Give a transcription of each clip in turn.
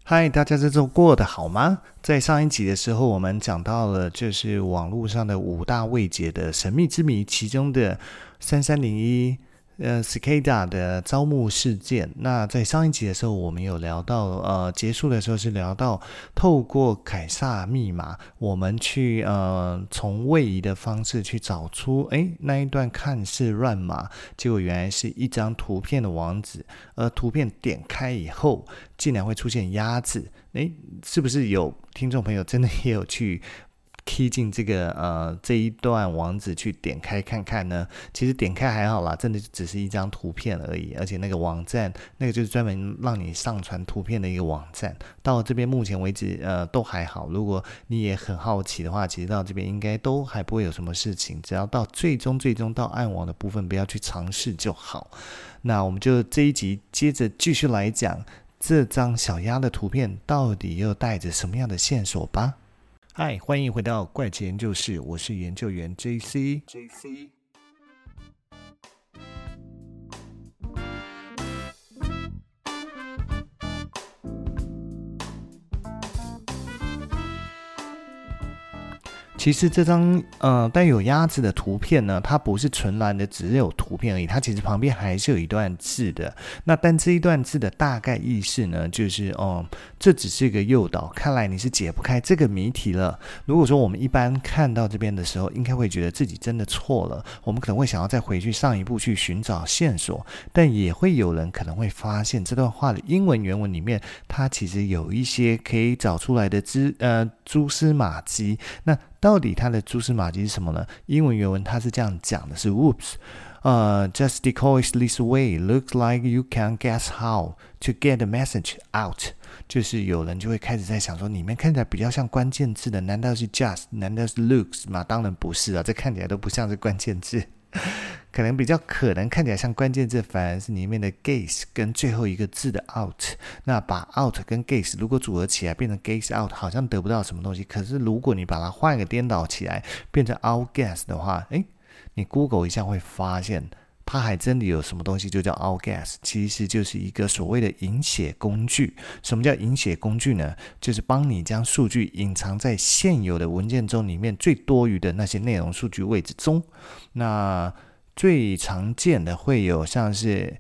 嗨，大家这周过得好吗？在上一集的时候，我们讲到了就是网络上的5大未解的神秘之谜，其中的3301Cicada 的招募事件。那在上一集的时候，我们有聊到结束的时候是聊到透过凯撒密码，我们去从位移的方式去找出那一段看似乱码，结果原来是一张图片的网址，而图片点开以后竟然会出现鸭子。是不是有听众朋友真的也有去 key 进这一段网址去点开看看呢？其实点开还好啦，真的只是一张图片而已，而且那个网站那个就是专门让你上传图片的一个网站。到这边目前为止都还好，如果你也很好奇的话，其实到这边应该都还不会有什么事情，只要到最终到暗网的部分不要去尝试就好。那我们就这一集接着继续来讲这张小鸭的图片到底又带着什么样的线索吧。嗨，欢迎回到怪奇研究室，我是研究员 JC。其实这张带有鸭子的图片呢，它不是纯然的只有图片而已，它其实旁边还是有一段字的。那但这一段字的大概意思呢，就是这只是一个诱导，看来你是解不开这个谜题了。如果说我们一般看到这边的时候，应该会觉得自己真的错了，我们可能会想要再回去上一步去寻找线索，但也会有人可能会发现这段话的英文原文里面，它其实有一些可以找出来的蛛丝马迹。那到底它的蛛丝马迹是什么呢？英文原文它是这样讲的，是 Whoops，just decoys this way, looks like you can guess how to get the message out。 就是有人就会开始在想说，里面看起来比较像关键字的，难道是 just， 难道是 looks 吗？当然不是啊，这看起来都不像是关键字。可能比较可能看起来像关键字，反而是里面的 gaze 跟最后一个字的 out。 那把 out 跟 gaze 如果组合起来变成 gaze out， 好像得不到什么东西。可是如果你把它换一个颠倒起来变成 out gaze 的话，你 Google 一下会发现它还真的有什么东西就叫 outguess， 其实就是一个所谓的引写工具。什么叫引写工具呢？就是帮你将数据隐藏在现有的文件中里面最多余的那些内容数据位置中。那最常见的会有像是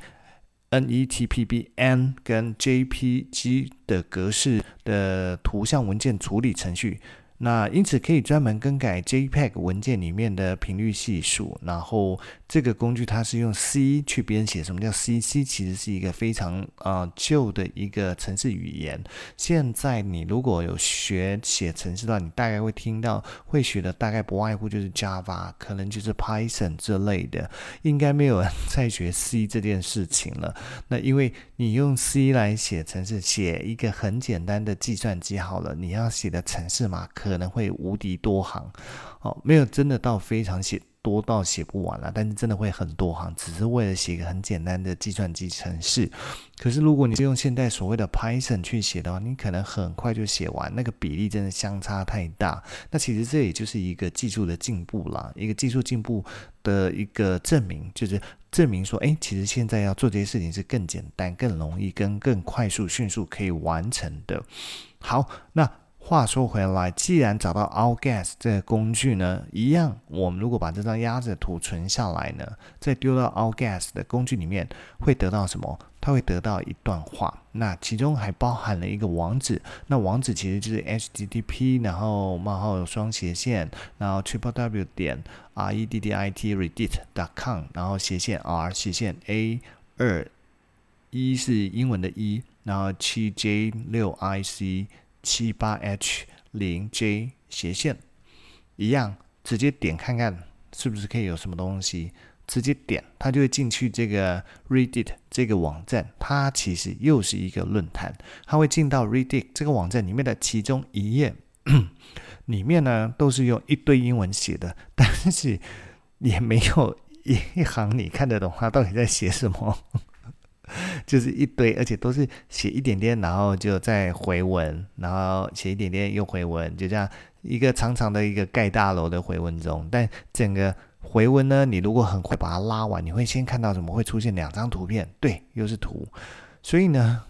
NETPBN 跟 JPG 的格式的图像文件处理程序。那因此可以专门更改 JPEG 文件里面的频率系数，然后这个工具它是用 C 去编写。什么叫 C？C 其实是一个非常旧的一个程式语言。现在你如果有学写程式的话，你大概会听到会学的大概不外乎就是 Java， 可能就是 Python 之类的，应该没有人在学 C 这件事情了。那因为你用 C 来写程式，写一个很简单的计算机好了，你要写的程式码可能会无敌多行，没有真的到非常多到写不完了，但是真的会很多行，只是为了写一个很简单的计算机程式。可是如果你是用现在所谓的 Python 去写的话，你可能很快就写完，那个比例真的相差太大。那其实这也就是一个技术的进步啦，一个技术进步的一个证明，就是证明说其实现在要做这些事情是更简单、更容易、更快速、迅速可以完成的。好，那话说回来，既然找到 outguess 这个工具呢，一样我们如果把这张鸭子的图存下来呢，再丢到 outguess 的工具里面，会得到什么？它会得到一段话，那其中还包含了一个网址。那网址其实就是 http 然后冒号双斜线然后 www.reddit.com 然后斜线 r 斜线 a2 一是英文的一，然后 7j6ic 78h0j 斜线，一样直接点看看是不是可以有什么东西。直接点它就会进去这个 Reddit 这个网站，它其实又是一个论坛，它会进到 Reddit 这个网站里面的其中一页里面呢都是用一堆英文写的，但是也没有一行你看得懂它到底在写什么就是一堆，而且都是写一点点然后就再回文，然后写一点点又回文，就这样一个长长的一个盖大楼的回文中。但整个回文呢，你如果很快把它拉完，你会先看到怎么会出现2张图片，对，又是图。所以呢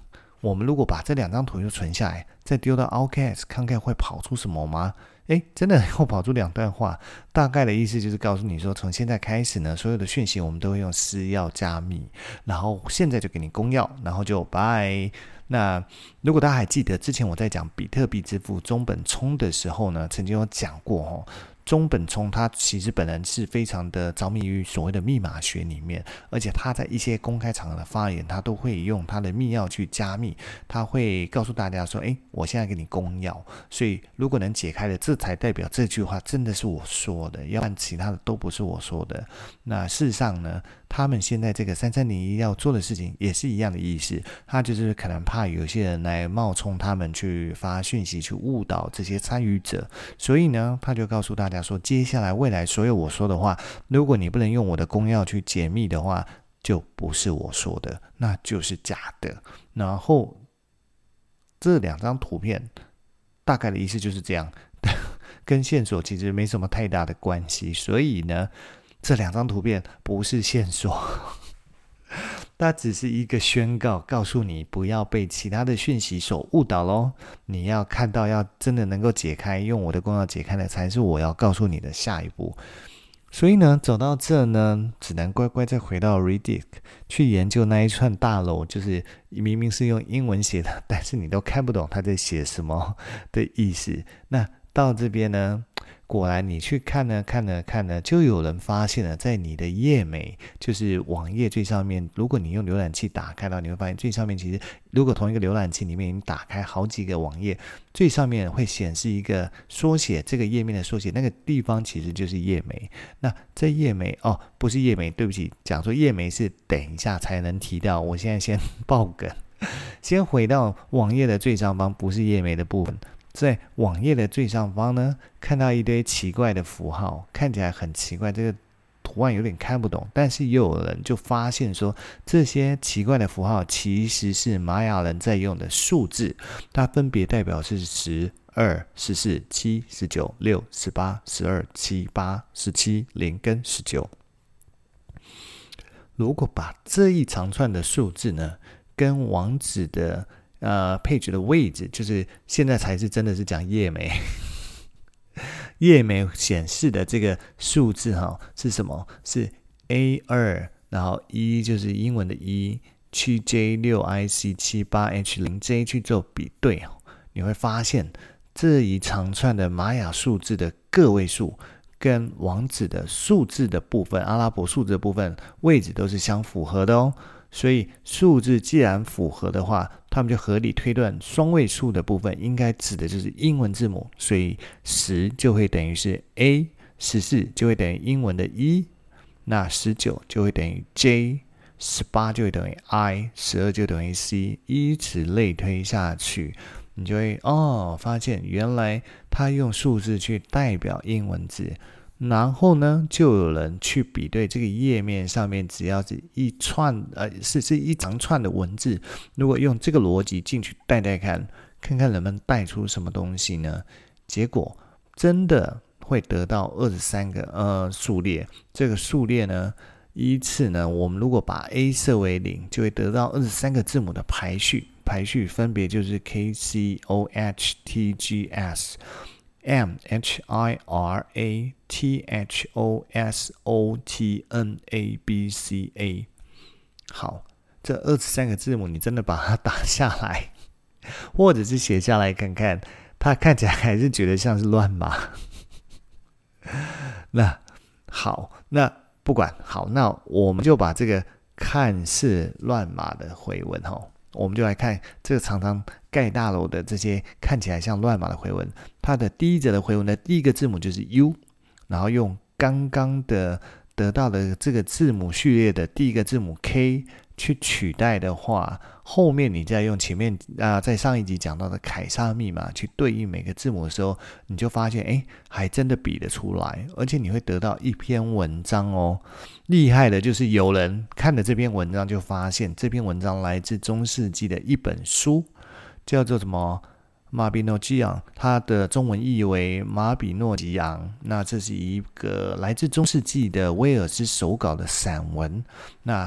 我们如果把这2张图就存下来，再丢到 Outcast 看看会跑出什么吗？真的会跑出2段话，大概的意思就是告诉你说，从现在开始呢，所有的讯息我们都会用私钥加密，然后现在就给你公钥，然后就拜。那如果大家还记得之前我在讲比特币支付中本聪的时候呢，曾经有讲过中本聪他其实本人是非常的着迷于所谓的密码学里面，而且他在一些公开场合的发言，他都会用他的密钥去加密，他会告诉大家说，我现在给你公钥，所以如果能解开了，这才代表这句话真的是我说的，要不然其他的都不是我说的。那事实上呢，他们现在这个3301要做的事情也是一样的意思，他就是可能怕有些人来冒充他们去发讯息，去误导这些参与者，所以呢，他就告诉大家说，接下来未来所有我说的话，如果你不能用我的公钥去解密的话，就不是我说的，那就是假的。然后这2张图片大概的意思就是这样，跟线索其实没什么太大的关系，所以呢，这2张图片不是线索，它只是一个宣告，告诉你不要被其他的讯息所误导咯。你要看到要真的能够解开，用我的公钥解开的才是我要告诉你的下一步。所以呢，走到这呢，只能乖乖再回到 Reddit 去研究那一串大楼，就是明明是用英文写的，但是你都看不懂他在写什么的意思。那到这边呢，果然你去看呢，就有人发现了，在你的页眉，就是网页最上面，如果你用浏览器打开到，你会发现最上面其实，如果同一个浏览器里面你打开好几个网页，最上面会显示一个缩写，这个页面的缩写，那个地方其实就是页眉。那这页眉不是页眉，对不起，讲说页眉是等一下才能提到，我现在先爆梗，先回到网页的最上方，不是页眉的部分。在网页的最上方呢，看到一堆奇怪的符号，看起来很奇怪，这个图案有点看不懂，但是又有人就发现说，这些奇怪的符号其实是玛雅人在用的数字，它分别代表是10、2、14、7、19、6、18、12、7、8、17、0跟19。如果把这一长串的数字呢，跟网址的page 的位置，就是现在才是真的是讲页眉页眉显示的这个数字是什么？是 A2， 然后1就是英文的1， 7J6IC 78H0J 去做比对，你会发现这一长串的玛雅数字的个位数跟网址的数字的部分，阿拉伯数字的部分位置都是相符合的所以数字既然符合的话，他们就合理推断双位数的部分应该指的就是英文字母，所以10就会等于是 A， 14就会等于英文的1，那19就会等于 J， 18就会等于 I， 12就等于 C， 以此类推下去，你就会发现原来他用数字去代表英文字。然后呢，就有人去比对这个页面上面，只要是一串是一长串的文字，如果用这个逻辑进去带看，看看能不能带出什么东西呢？结果真的会得到23个数列。这个数列呢，依次呢，我们如果把 A 设为0，就会得到23个字母的排序分别就是 KCOHTGS、MHIRA、THOSOTNABCA。 好，这23个字母你真的把它打下来，或者是写下来看看，它看起来还是觉得像是乱码。那好，那不管好，那我们就把这个看似乱码的回文我们就来看这个常常盖大楼的这些看起来像乱码的回文，它的第一则的回文的第一个字母就是 U， 然后用刚刚的得到的这个字母序列的第一个字母 K 去取代的话，后面你再用前面在上一集讲到的凯撒密码去对应每个字母的时候，你就发现还真的比得出来，而且你会得到一篇文章厉害的就是有人看了这篇文章就发现这篇文章来自中世纪的一本书，叫做什么马比诺基昂，它的中文译为马比诺吉昂。那这是一个来自中世纪的威尔斯手稿的散文。那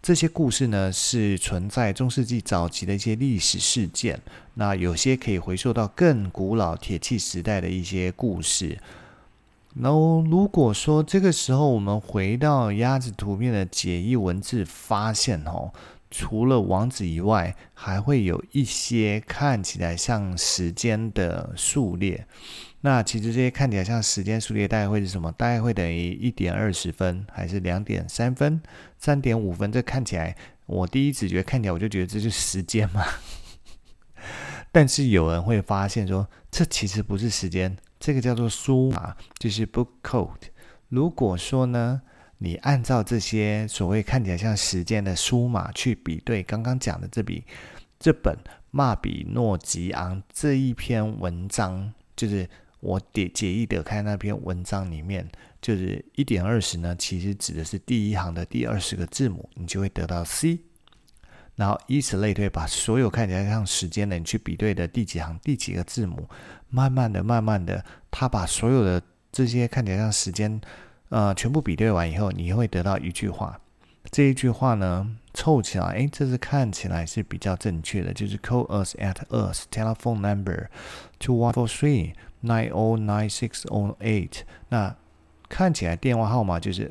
这些故事呢是存在中世纪早期的一些历史事件，那有些可以回溯到更古老铁器时代的一些故事。然后如果说这个时候我们回到鸭子图片的解译文字，发现除了王子以外，还会有一些看起来像时间的数列。那其实这些看起来像时间数列大概会是什么？大概会等于1:20分，还是2:3分、3:5分？这看起来，我第一直觉看起来我就觉得这就是时间嘛。但是有人会发现说，这其实不是时间，这个叫做书码，就是 book code。如果说呢，你按照这些所谓看起来像时间的书码去比对刚刚讲的这本马比诺吉昂这一篇文章，就是我解译的看那篇文章里面，就是1:20呢，其实指的是第一行的第20个字母，你就会得到 C。然后以此类推，把所有看起来像时间的你去比对的第几行第几个字母，慢慢的，他把所有的这些看起来像时间全部比对完以后，你会得到一句话。这一句话呢凑起来，这是看起来是比较正确的，就是 call us at us telephone number 2143-909608。那看起来电话号码就是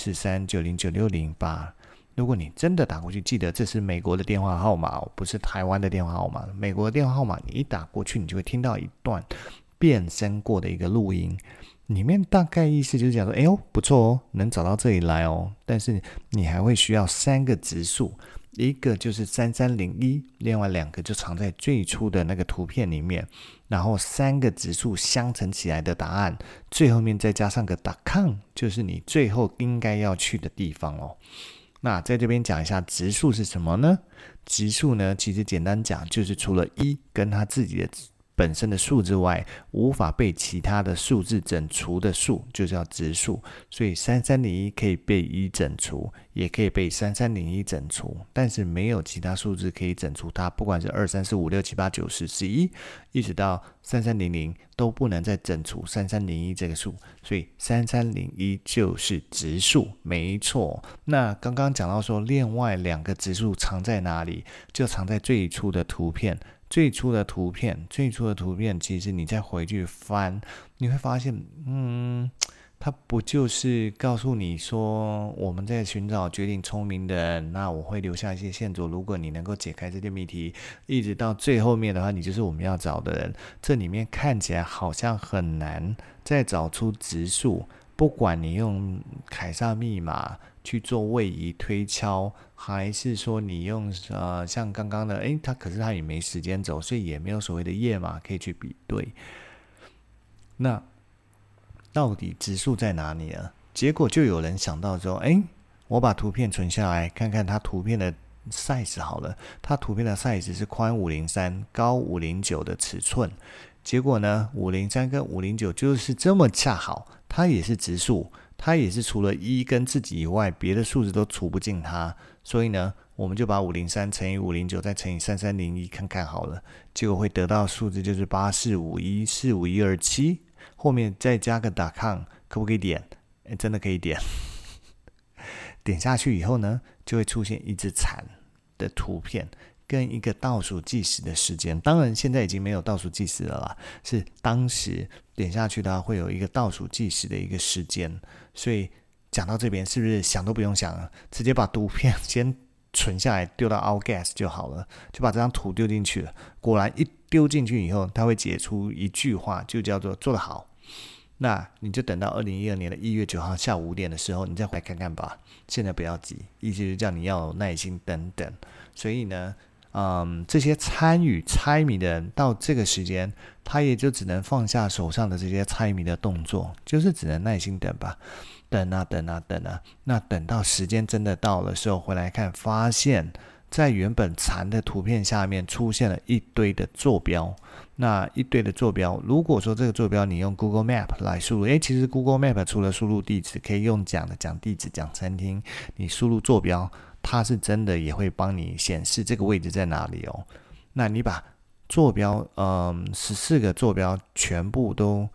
2143-90968。如果你真的打过去，记得这是美国的电话号码不是台湾的电话号码。美国的电话号码你一打过去，你就会听到一段变声过的一个录音，里面大概意思就是讲说，不错能找到这里来但是你还会需要3个质数，一个就是3301，另外2个就藏在最初的那个图片里面，然后3个质数相乘起来的答案，最后面再加上个 .com， 就是你最后应该要去的地方那在这边讲一下质数是什么呢？质数呢，其实简单讲就是除了1跟它自己的本身的数之外，无法被其他的数字整除的数就叫质数。所以3301可以被1整除，也可以被3301整除，但是没有其他数字可以整除它，不管是2、3、4、5、6、7、8、9、10、11，一直到3300都不能再整除3301这个数，所以3301就是质数，没错。那刚刚讲到说，另外2个质数藏在哪里？就藏在最初的图片。最初的图片，其实你再回去翻，你会发现，它不就是告诉你说，我们在寻找绝顶聪明的人，那我会留下一些线索，如果你能够解开这件谜题，一直到最后面的话，你就是我们要找的人。这里面看起来好像很难再找出质数，不管你用凯撒密码去做位移推敲，还是说你用像刚刚的可是它也没时间轴，所以也没有所谓的页码可以去比对。那到底质数在哪里呢？结果就有人想到说，我把图片存下来看看它图片的 size 好了，它图片的 size 是宽503高509的尺寸。结果呢503跟509就是这么恰好，它也是质数，它也是除了1跟自己以外，别的数字都除不进它。所以呢，我们就把503乘以509再乘以3301看看好了，结果会得到数字就是8451451227，后面再加个 .com， 可不可以点？真的可以点。点下去以后呢，就会出现一只蝉的图片跟一个倒数计时的时间。当然现在已经没有倒数计时了啦，是当时点下去的话会有一个倒数计时的一个时间。所以讲到这边，是不是想都不用想了，直接把图片先存下来丢到 Outguess 就好了，就把这张图丢进去了。果然一丢进去以后，它会解出一句话，就叫做做得好。那你就等到2012年的1月9号下午5点的时候，你再回来看看吧。现在不要急，意思就是叫你要有耐心等等。所以呢，这些参与猜谜的人到这个时间，他也就只能放下手上的这些猜谜的动作，就是只能耐心等吧。等啊，那等到时间真的到的时候，回来看，发现在原本蝉的图片下面出现了一堆的坐标。那一堆的坐标，如果说这个坐标你用 Google Map 来输入，其实 Google Map 除了输入地址，可以用讲地址、讲餐厅，你输入坐标，它是真的也会帮你显示这个位置在哪里那你把坐标14个坐标全部都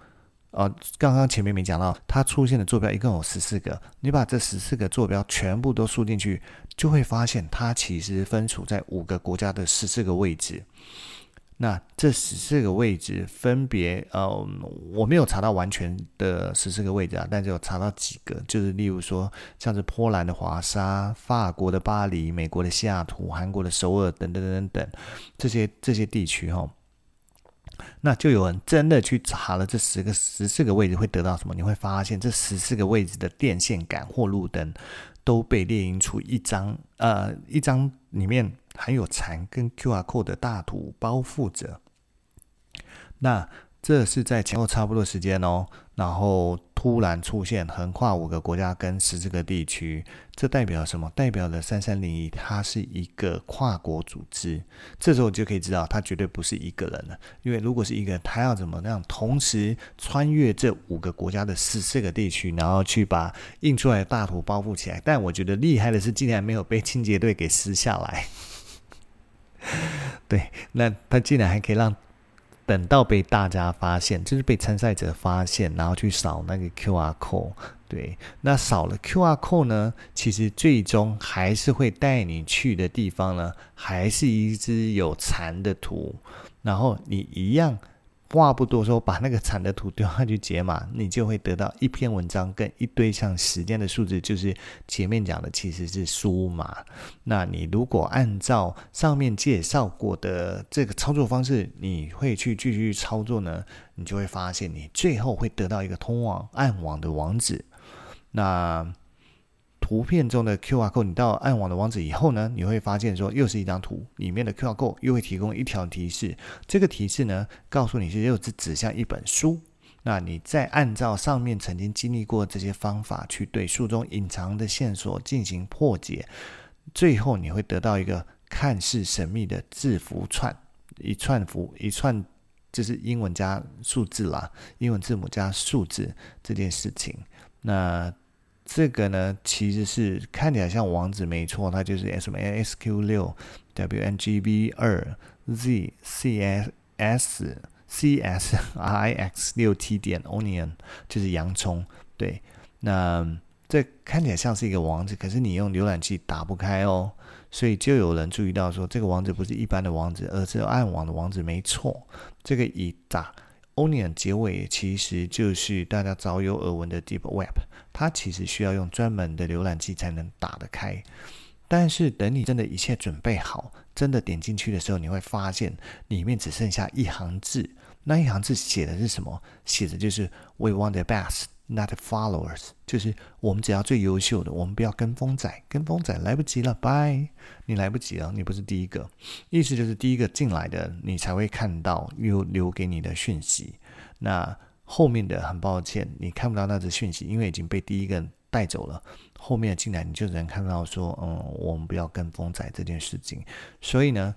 刚刚前面没讲到，它出现的坐标一共有14个，你把这14个坐标全部都输进去，就会发现它其实分处在5个国家的14个位置。那这14个位置分别我没有查到完全的14个位置啊，但是有查到几个，就是例如说像是波兰的华沙、法国的巴黎、美国的西雅图、韩国的首尔等等等等这些地区那就有人真的去查了这14个位置会得到什么？你会发现这14个位置的电线杆或路灯都被列印出一张里面含有蝉跟 QR code 的大图包覆着。那这是在前后差不多时间然后突然出现横跨5个国家跟14个地区，这代表什么？代表了3301它是一个跨国组织。这时候就可以知道它绝对不是一个人了，因为如果是一个人，他要怎么样同时穿越这5个国家的14个地区，然后去把印出来的大图包覆起来。但我觉得厉害的是竟然没有被清洁队给撕下来对，那他竟然还可以等到被大家发现，就是被参赛者发现，然后去扫那个 QR code。对，那扫了 QR code 呢，其实最终还是会带你去的地方呢，还是一只有蝉的图，然后你一样话不多说，把那个蝉的图丢下去解码，你就会得到一篇文章跟一堆像时间的数字，就是前面讲的其实是输码。那你如果按照上面介绍过的这个操作方式，你会去继续操作呢，你就会发现你最后会得到一个通往暗网的网址。那图片中的 QR code 你到暗网的网址以后呢，你会发现说又是一张图，里面的 QR code 又会提供一条提示，这个提示呢告诉你是又是指向一本书，那你再按照上面曾经经历过这些方法去对书中隐藏的线索进行破解，最后你会得到一个看似神秘的字符串，一串就是英文加数字啦，英文字母加数字这件事情。那这个呢，其实是看起来像网址没错，它就是 SQ6 WNGB2 ZCSRIX6T.onion 就是洋葱。对，那这看起来像是一个网址，可是你用浏览器打不开所以就有人注意到说这个网址不是一般的网址，而是暗网的网址。没错，这个以打 Onion 结尾其实就是大家早有耳闻的 Deep Web， 它其实需要用专门的浏览器才能打得开。但是等你真的一切准备好，真的点进去的时候，你会发现里面只剩下一行字。那一行字写的是什么？写的就是 We want the best, not followers， 就是我们只要最优秀的，我们不要跟风仔，跟风仔来不及了，拜，你来不及了，你不是第一个。意思就是第一个进来的你才会看到又留给你的讯息，那后面的很抱歉你看不到那则讯息，因为已经被第一个带走了，后面进来你就只能看到说我们不要跟风仔这件事情。所以呢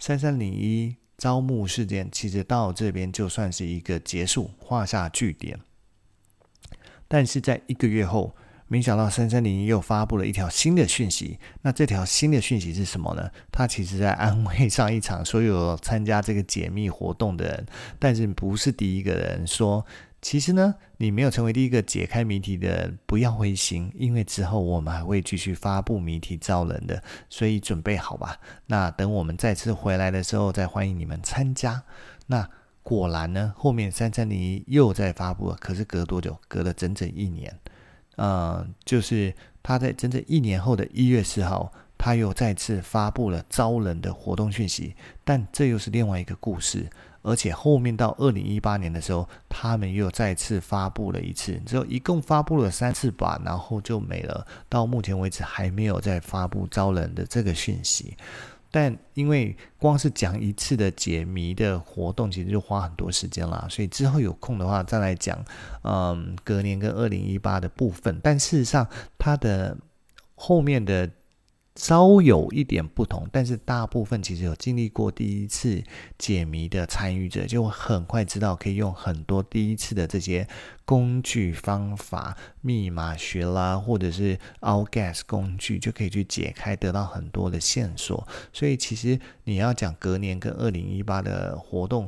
3301招募事件其实到这边就算是一个结束，画下句点。但是在1个月后，没想到3301又发布了一条新的讯息。那这条新的讯息是什么呢？它其实在安慰上一场所有参加这个解密活动的人，但是不是第一个人说，其实呢你没有成为第一个解开谜题的人，不要灰心，因为之后我们还会继续发布谜题招人的，所以准备好吧。那等我们再次回来的时候再欢迎你们参加。那果然呢，后面3301又再发布了，可是隔多久？隔了整整1年。就是他在整整1年后的1月4号，他又再次发布了招人的活动讯息，但这又是另外一个故事。而且后面到2018年的时候，他们又再次发布了一次，之后一共发布了3次吧，然后就没了。到目前为止还没有再发布招人的这个讯息。但因为光是讲一次的解谜的活动其实就花很多时间啦，所以之后有空的话再来讲隔年跟2018的部分。但事实上它的后面的稍有一点不同，但是大部分其实有经历过第一次解谜的参与者就很快知道可以用很多第一次的这些工具方法，密码学啦，或者是 Outguess 工具，就可以去解开，得到很多的线索。所以其实你要讲隔年跟2018的活动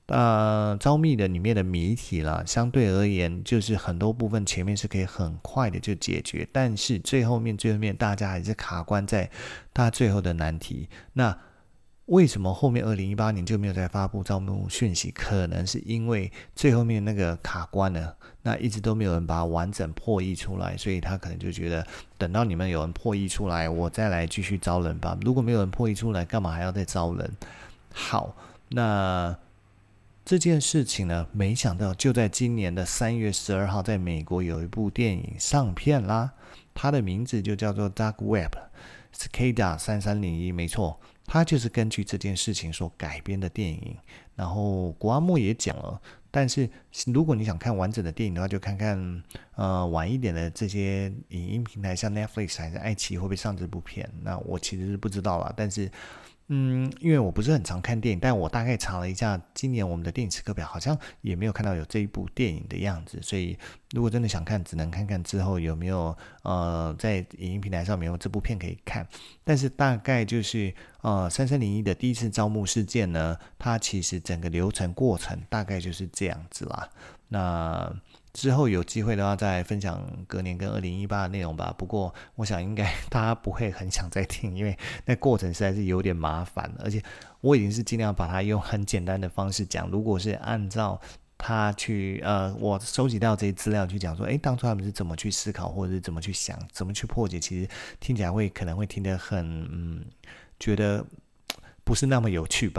招密的里面的谜题啦，相对而言就是很多部分前面是可以很快的就解决，但是最后面大家还是卡关在它最后的难题。那为什么后面2018年就没有再发布招募讯息？可能是因为最后面那个卡关了，那一直都没有人把它完整破译出来，所以他可能就觉得等到你们有人破译出来，我再来继续招人吧。如果没有人破译出来，干嘛还要再招人？好，那这件事情呢，没想到就在今年的3月12号，在美国有一部电影上片啦，它的名字就叫做 Dark Web Cicada 3301，没错，它就是根据这件事情所改编的电影。然后谷阿莫也讲了，但是如果你想看完整的电影的话，就看看晚一点的这些影音平台，像 Netflix 还是爱奇艺会不会上这部片。那我其实是不知道啦，但是因为我不是很常看电影，但我大概查了一下，今年我们的电影时刻表好像也没有看到有这一部电影的样子，所以如果真的想看，只能看看之后有没有在影音平台上面有这部片可以看。但是大概就是3301的第一次招募事件呢，它其实整个流程过程大概就是这样子啦。那之后有机会的话再分享隔年跟2018的内容吧，不过我想应该大家不会很想再听，因为那过程实在是有点麻烦，而且我已经是尽量把它用很简单的方式讲，如果是按照他去我收集到这些资料去讲说，当初他们是怎么去思考，或者是怎么去想，怎么去破解，其实听起来可能会听得很觉得不是那么有趣吧。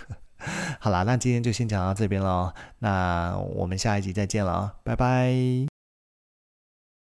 好啦，那今天就先讲到这边咯，那我们下一集再见了，拜拜。